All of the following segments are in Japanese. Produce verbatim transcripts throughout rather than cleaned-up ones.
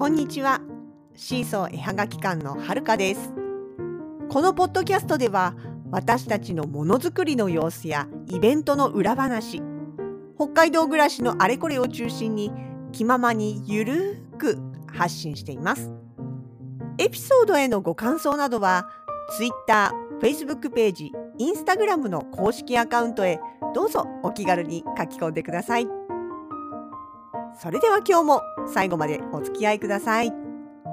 こんにちは。シーソー絵はがき館のはるかです。このポッドキャストでは、私たちのものづくりの様子やイベントの裏話、北海道暮らしのあれこれを中心に気ままにゆるーく発信しています。エピソードへのご感想などは Twitter、Facebook ページ、Instagram の公式アカウントへどうぞお気軽に書き込んでください。それでは今日も最後までお付き合いください。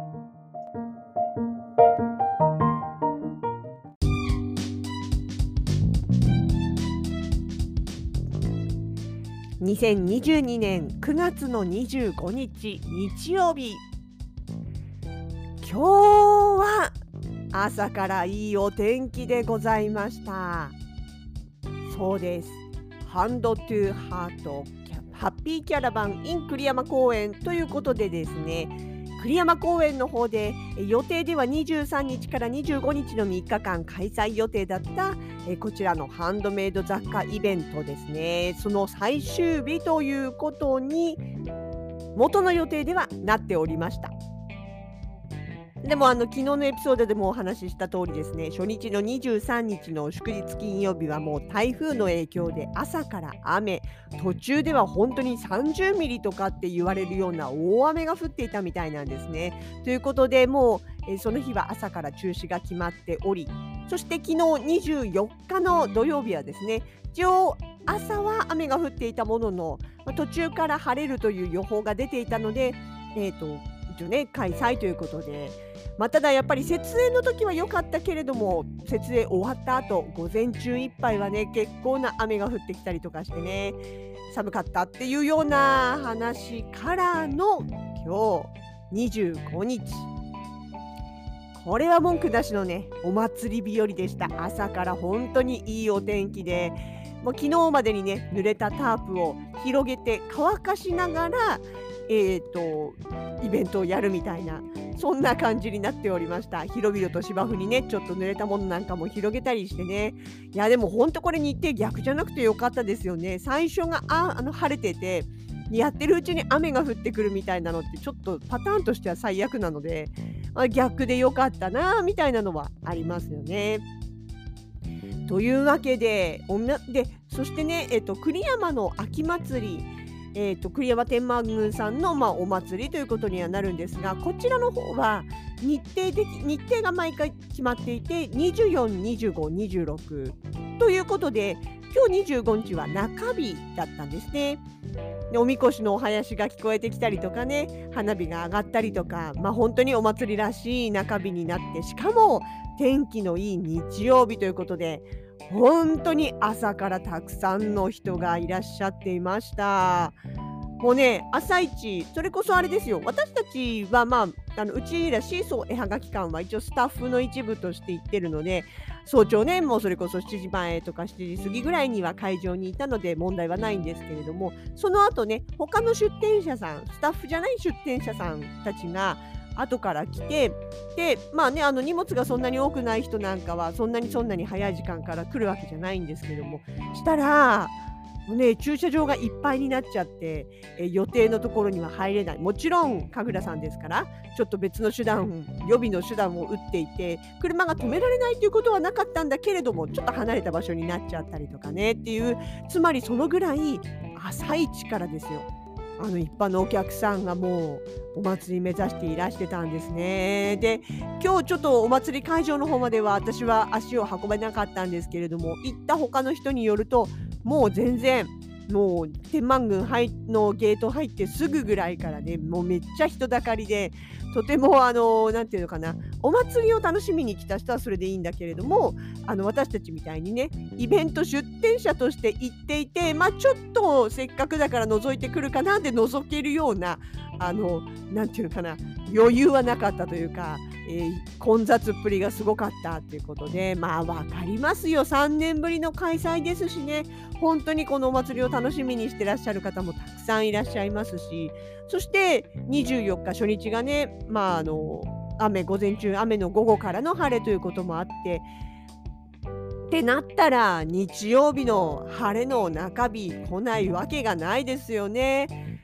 にせんにじゅうにねんくがつのにじゅうごにち日曜日。今日は朝からいいお天気でございました。そうです。ハンドトゥーハートハッピーキャラバン in 栗山公園ということでですね、栗山公園の方で予定ではにじゅうさんにちからにじゅうごにちのみっかかん開催予定だったこちらのハンドメイド雑貨イベントですね。その最終日ということに元の予定ではなっておりました。でもあの昨日のエピソードでもお話しした通りですね、初日のにじゅうさんにちの祝日金曜日はもう台風の影響で朝から雨、途中では本当にさんじゅうミリとかって言われるような大雨が降っていたみたいなんですね。ということでもうえその日は朝から中止が決まっており、そして昨日にじゅうよっかの土曜日はですね、一応朝は雨が降っていたものの途中から晴れるという予報が出ていたので、えーと一応ね開催ということで、まあ、ただやっぱり設営の時は良かったけれども、設営終わった後午前中いっぱいはね結構な雨が降ってきたりとかしてね、寒かったっていうような話からの今日にじゅうごにち、これは文句なしのねお祭り日和でした。朝から本当にいいお天気で、もう昨日までにね濡れたタープを広げて乾かしながらえーとイベントをやるみたいな、そんな感じになっておりました。広々と芝生にねちょっと濡れたものなんかも広げたりしてね。いやでも本当これ日程逆じゃなくてよかったですよね。最初がああの晴れててやってるうちに雨が降ってくるみたいなのってちょっとパターンとしては最悪なので、あ逆でよかったなみたいなのはありますよね。というわけで、おなでそしてね、えっと、栗山の秋祭り、えー、と栗山天満宮さんの、まあ、お祭りということにはなるんですが、こちらの方は日程的日程が毎回決まっていてにじゅうよん、にじゅうご、にじゅうろくということで、今日にじゅうごにちは中日だったんですね。でおみこしのお囃子が聞こえてきたりとかね、花火が上がったりとか、まあ、本当にお祭りらしい中日になって、しかも天気のいい日曜日ということで、本当に朝からたくさんの人がいらっしゃっていました。もうね朝一、それこそあれですよ、私たちはまああのうちらシーソー絵はがき館は一応スタッフの一部として行ってるので、早朝ねもうそれこそしちじまえとかしちじ過ぎぐらいには会場にいたので問題はないんですけれども、その後ね他の出店者さん、スタッフじゃない出店者さんたちが後から来て、でまあねあの荷物がそんなに多くない人なんかはそんなにそんなに早い時間から来るわけじゃないんですけども、したらもうね駐車場がいっぱいになっちゃって、え予定のところには入れない。もちろん神楽さんですからちょっと別の手段、予備の手段を打っていて車が止められないということはなかったんだけれども、ちょっと離れた場所になっちゃったりとかねっていう、つまりそのぐらい朝一からですよ、あの一般のお客さんがもうお祭り目指していらしてたんですね。で今日ちょっとお祭り会場の方までは私は足を運べなかったんですけれども、行った他の人によるともう全然もう天満宮のゲート入ってすぐぐらいからねもうめっちゃ人だかりで、とてもあのなんていうのかな、お祭りを楽しみに来た人はそれでいいんだけれども、あの私たちみたいにねイベント出店者として行っていて、まあちょっとせっかくだから覗いてくるかなで覗けるようなあのなんていうのかな、余裕はなかったというか、えー混雑っぷりがすごかったっていうことで、まあわかりますよ、さんねんぶりの開催ですしね、本当にこのお祭りを楽しみにしてらっしゃる方もたくさんいらっしゃいますし、そしてにじゅうよっか初日がね、まああの雨、午前中雨の午後からの晴れということもあって、ってなったら日曜日の晴れの中日来ないわけがないですよね。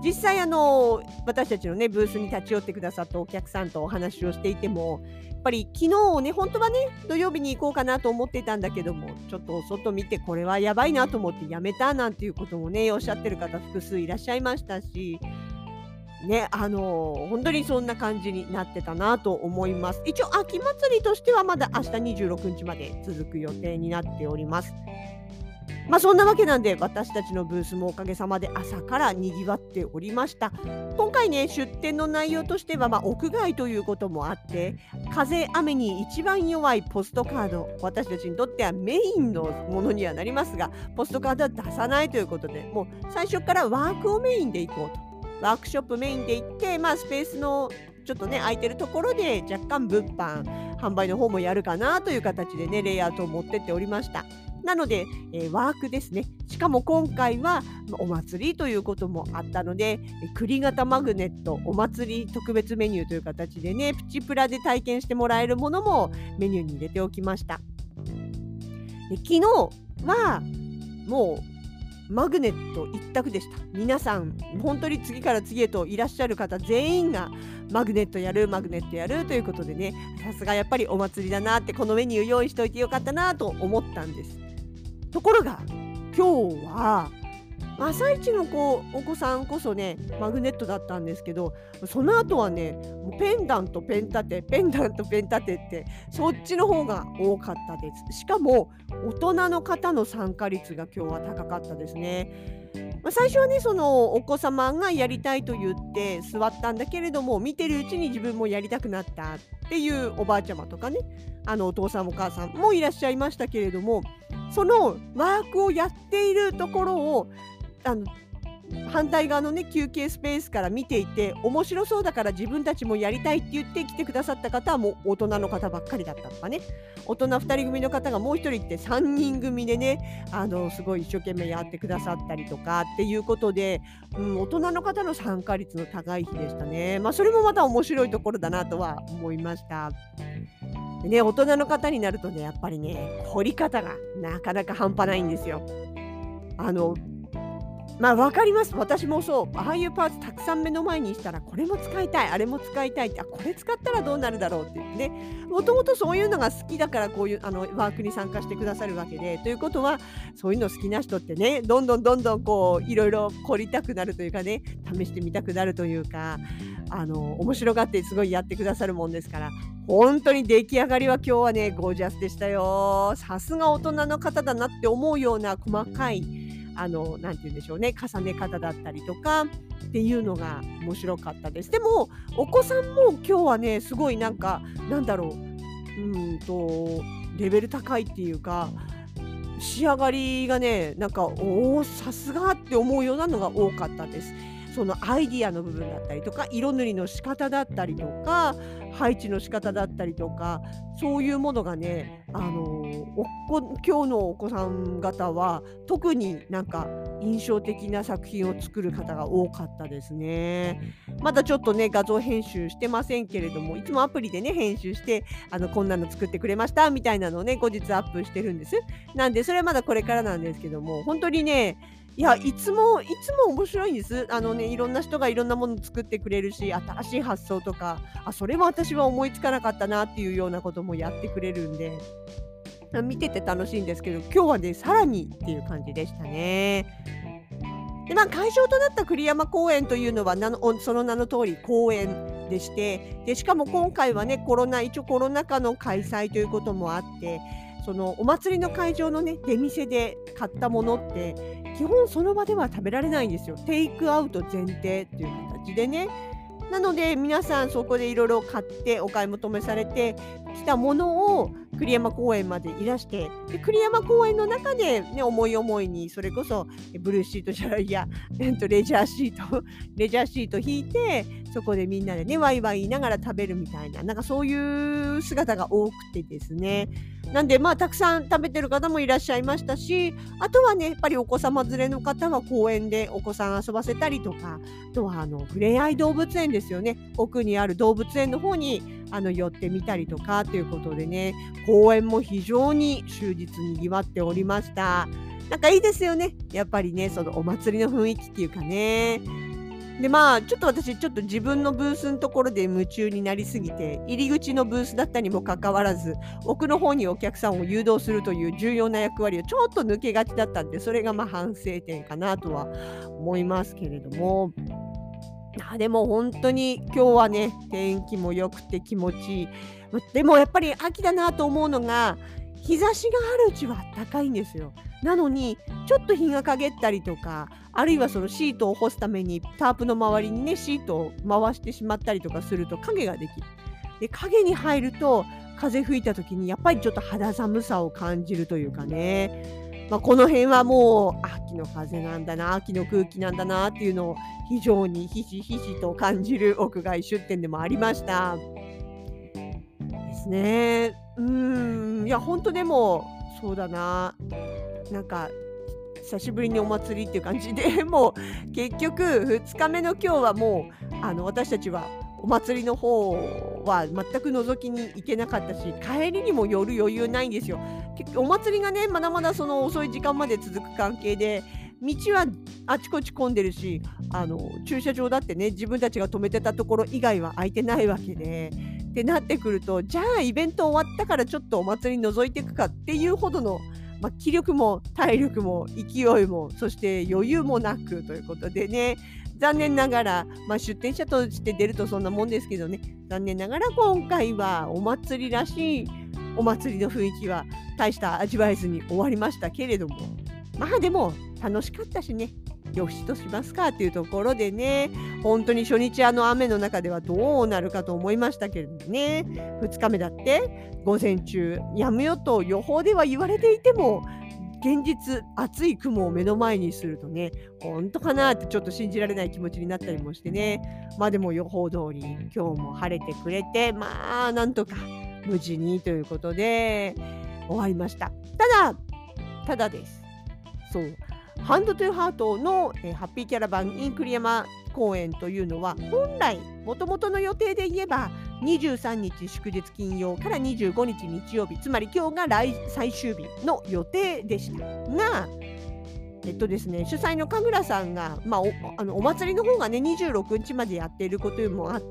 実際あの私たちのねブースに立ち寄ってくださったお客さんとお話をしていても、やっぱり昨日ね本当はね土曜日に行こうかなと思っていたんだけども、ちょっと外見てこれはやばいなと思ってやめたなんていうこともねおっしゃってる方複数いらっしゃいましたしね、あの本当にそんな感じになってたなと思います。一応秋祭りとしてはまだ明日にじゅうろくにちまで続く予定になっております。まあそんなわけなんで、私たちのブースもおかげさまで朝からにぎわっておりました。今回ね出店の内容としては、まあ、屋外ということもあって、風雨に一番弱いポストカード、私たちにとってはメインのものにはなりますが、ポストカードは出さないということで、もう最初からワークをメインで行こうと。ワークショップメインで行って、まあ、スペースのちょっとね空いてるところで若干物販販売の方もやるかなという形でねレイアウトを持ってっておりました。なので、えーワークですね。しかも今回はまあお祭りということもあったので、え栗型マグネットお祭り特別メニューという形でねプチプラで体験してもらえるものもメニューに入れておきました。で昨日はもうマグネット一択でした。皆さん本当に次から次へといらっしゃる方全員がマグネットやるマグネットやるということでね、さすがやっぱりお祭りだなって、このメニュー用意しておいてよかったなと思ったんです。ところが今日は朝一の子お子さんこそねマグネットだったんですけど、その後はねもうペンダントペン立てペンダントペン立てってそっちの方が多かったです。しかも大人の方の参加率が今日は高かったですね。まあ、最初はねそのお子様がやりたいと言って座ったんだけれども、見てるうちに自分もやりたくなったっていうおばあちゃまとかね、あのお父さんお母さんもいらっしゃいましたけれども、そのワークをやっているところをあの反対側のね休憩スペースから見ていて面白そうだから自分たちもやりたいって言って来てくださった方はもう大人の方ばっかりだったとかね、大人ふたり組の方がもうひとりってさんにん組でねあのすごい一生懸命やってくださったりとかっていうことで、うん、大人の方の参加率の高い日でしたね。まあそれもまた面白いところだなとは思いました。でね、大人の方になるとねやっぱりね凝り方がなかなか半端ないんですよ。あのまあ分かります。私もそう。ああいうパーツたくさん目の前にしたらこれも使いたいあれも使いたいって、あこれ使ったらどうなるだろうって言ってね、もともとそういうのが好きだからこういうあのワークに参加してくださるわけで、ということはそういうの好きな人ってねどんどんどんどんこういろいろ凝りたくなるというかね、試してみたくなるというか、あの面白がってすごいやってくださるもんですから、本当に出来上がりは今日はねゴージャスでしたよ。さすが大人の方だなって思うような細かいあのなんて言うんでしょうね、重ね方だったりとかっていうのが面白かったです。でもお子さんも今日はねすごいなんかなんだろう、うーんとレベル高いっていうか仕上がりがねなんかおおさすがって思うようなのが多かったです。そのアイディアの部分だったりとか色塗りの仕方だったりとか配置の仕方だったりとか、そういうものがねあのおっこ今日のお子さん方は特になんか印象的な作品を作る方が多かったですね。まだちょっとね画像編集してませんけれども、いつもアプリでね編集してあのこんなの作ってくれましたみたいなのをね後日アップしてるんです。なんでそれはまだこれからなんですけども、本当にねいやいつもいつも面白いんです。あのねいろんな人がいろんなもの作ってくれるし、新しい発想とか、あそれは私は思いつかなかったなっていうようなこともやってくれるんで、見てて楽しいんですけど、今日はねさらにっていう感じでしたね。でまあ会場となった栗山公園というのは名のおその名の通り公園でして、でしかも今回はねコロナ一応コロナ禍の開催ということもあって、そのお祭りの会場のね出店で買ったものって基本その場では食べられないんですよ。テイクアウト前提っていう形でね。なので皆さんそこでいろいろ買ってお買い求めされてきたものを栗山公園までいらして、で栗山公園の中で、ね、思い思いにそれこそブルーシートじゃないや、えっと、レジャーシートレジャーシート引いてそこでみんなでねワイワイ言いながら食べるみたいな、なんかそういう姿が多くてですね。なんでまあたくさん食べてる方もいらっしゃいましたし、あとはねやっぱりお子様連れの方は公園でお子さん遊ばせたりとか、あとはあのふれあい動物園ですよね、奥にある動物園の方にあの寄ってみたりとかということでね、公園も非常に終日にぎわっておりました。なんかいいですよね、やっぱりねそのお祭りの雰囲気っていうかね。 でまあちょっと私ちょっと自分のブースのところで夢中になりすぎて、入り口のブースだったにもかかわらず奥の方にお客さんを誘導するという重要な役割をちょっと抜けがちだったんで、それがまあ反省点かなとは思いますけれども、あでも本当に今日はね天気も良くて気持ちいい。でもやっぱり秋だなと思うのが、日差しがあるうちは暖かいんですよ。なのにちょっと日が陰ったりとか、あるいはそのシートを干すためにタープの周りにねシートを回してしまったりとかすると影ができる。で影に入ると風吹いた時にやっぱりちょっと肌寒さを感じるというかね、まあ、この辺はもう秋の風なんだな、秋の空気なんだなっていうのを非常にひしひしと感じる屋外出店でもありましたですね。うーんいや本当でもそうだな、なんか久しぶりにお祭りっていう感じでもう結局ふつかめの今日はもうあの私たちはお祭りの方は全く覗きに行けなかったし、帰りにも寄る余裕ないんですよ。結局お祭りがねまだまだその遅い時間まで続く関係で、道はあちこち混んでるし、あの駐車場だってね自分たちが止めてたところ以外は空いてないわけで、ってなってくると、じゃあイベント終わったからちょっとお祭り覗いていくかっていうほどの、まあ、気力も体力も勢いもそして余裕もなくということでね、残念ながら、まあ、出店者として出るとそんなもんですけどね、残念ながら今回はお祭りらしいお祭りの雰囲気は大した味わえずに終わりましたけれども、まあでも楽しかったしね、よしとしますかっていうところでね、本当に初日あの雨の中ではどうなるかと思いましたけれどもね、ふつかめだって午前中やむよと予報では言われていても、現実厚い雲を目の前にするとね、本当かなってちょっと信じられない気持ちになったりもしてね、まあでも予報通り今日も晴れてくれて、まあなんとか無事にということで終わりました。ただただです、そうハンドトゥーハートの、えーハッピーキャラバン in 栗山公演というのは、本来もともとの予定で言えばにじゅうさんにち祝日金曜からにじゅうごにち日曜日、つまり今日が来最終日の予定でしたが、えっとですね、主催の神楽さんが、まあ、おあのお祭りの方がねにじゅうろくにちまでやっていることもあって、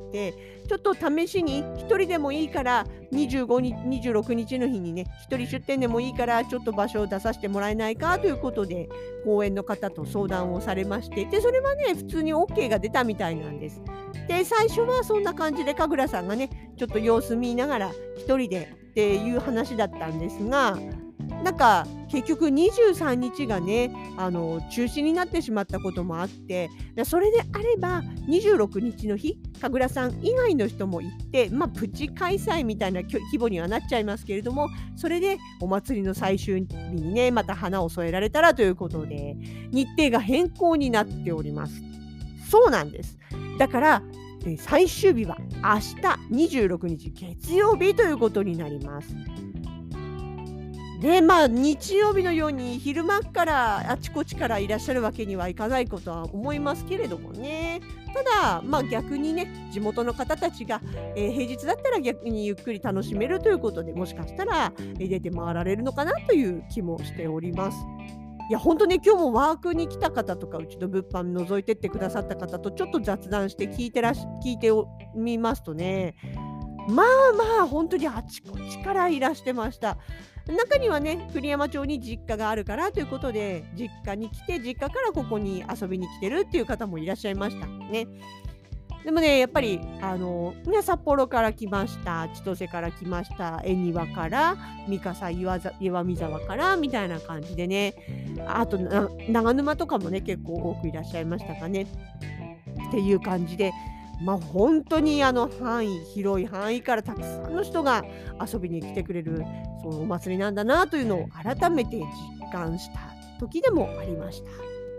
ちょっと試しにひとりでもいいからにじゅうごにちにじゅうろくにちの日にねひとり出店でもいいからちょっと場所を出させてもらえないかということで公演の方と相談をされまして、でそれはね普通に OK が出たみたいなんです。で最初はそんな感じで神楽さんがねちょっと様子見ながらひとりでっていう話だったんですが、なんか結局にじゅうさんにちがねあの中止になってしまったこともあって、それであればにじゅうろくにちの日神楽さん以外の人も行って、まあプチ開催みたいな規模にはなっちゃいますけれども、それでお祭りの最終日にねまた花を添えられたらということで日程が変更になっております。そうなんです。だからえ最終日は明日にじゅうろくにち月曜日ということになります。でまあ日曜日のように昼間からあちこちからいらっしゃるわけにはいかないことは思いますけれどもね。ただまあ逆にね地元の方たちが、えー平日だったら逆にゆっくり楽しめるということで、もしかしたら、えー出て回られるのかなという気もしております。いや本当ね、今日もワークに来た方とかうちの物販覗いてってくださった方とちょっと雑談して聞いてらし聞いてみますとね、まあまあ本当にあちこちからいらしてました。中にはね栗山町に実家があるからということで実家に来て、実家からここに遊びに来てるっていう方もいらっしゃいましたね。でもねやっぱりあのね札幌から来ました、千歳から来ました、恵庭から三笠岩ざ岩見沢からみたいな感じでね、あとな長沼とかもね結構多くいらっしゃいましたかねっていう感じで、まあ本当にあの範囲広い範囲からたくさんの人が遊びに来てくれるそのお祭りなんだなというのを改めて実感した時でもありました。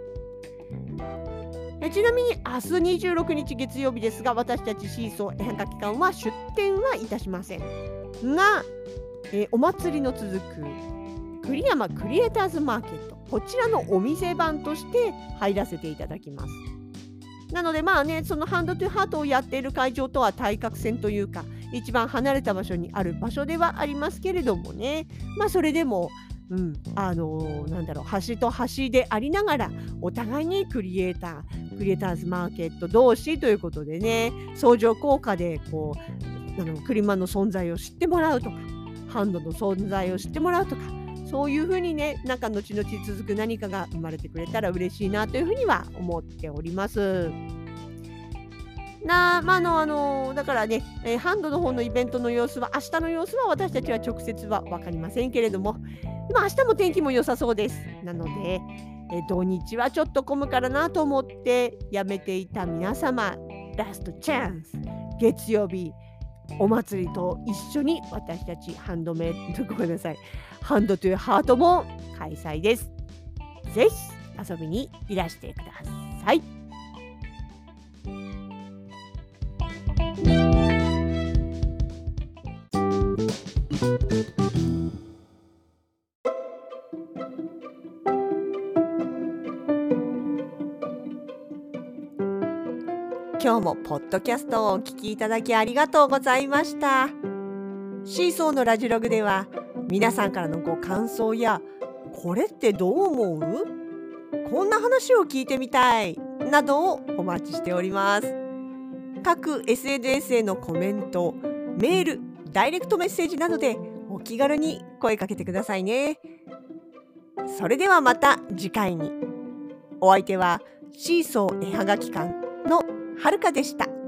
えちなみに明日にじゅうろくにち月曜日ですが、私たちシーソー絵はがき館は出店はいたしませんが、えーお祭りの続く栗山クリエイターズマーケット、こちらのお店番として入らせていただきます。なのでまあね、そのハンドトゥーハートをやっている会場とは対角線というか一番離れた場所にある場所ではありますけれどもね、まあそれでもうん、あのーなんだろう、端と端でありながらお互いにクリエイタークリエイターズマーケット同士ということでね、相乗効果でこうあの車の存在を知ってもらうとか、ハンドの存在を知ってもらうとか、そういうふうにね、なんか後々続く何かが生まれてくれたら嬉しいなというふうには思っております。な、まあ、あのあの、だからね、え、ハンドの方のイベントの様子は、明日の様子は私たちは直接は分かりませんけれども、でも明日も天気も良さそうです。なので、え、土日はちょっと混むからなと思ってやめていた皆様、ラストチャンス、月曜日、お祭りと一緒に私たちハンドメイドごめんなさい、ハンドトゥーハートも開催です。ぜひ遊びにいらしてください。今日もポッドキャストをお聞きいただきありがとうございました。シーソーのラジログでは皆さんからのご感想や、これってどう思う？こんな話を聞いてみたいなどをお待ちしております。各 エスエヌエス へのコメント、メール、ダイレクトメッセージなどでお気軽に声かけてくださいね。それではまた次回に。お相手はシーソー絵はがき館のはるかでした。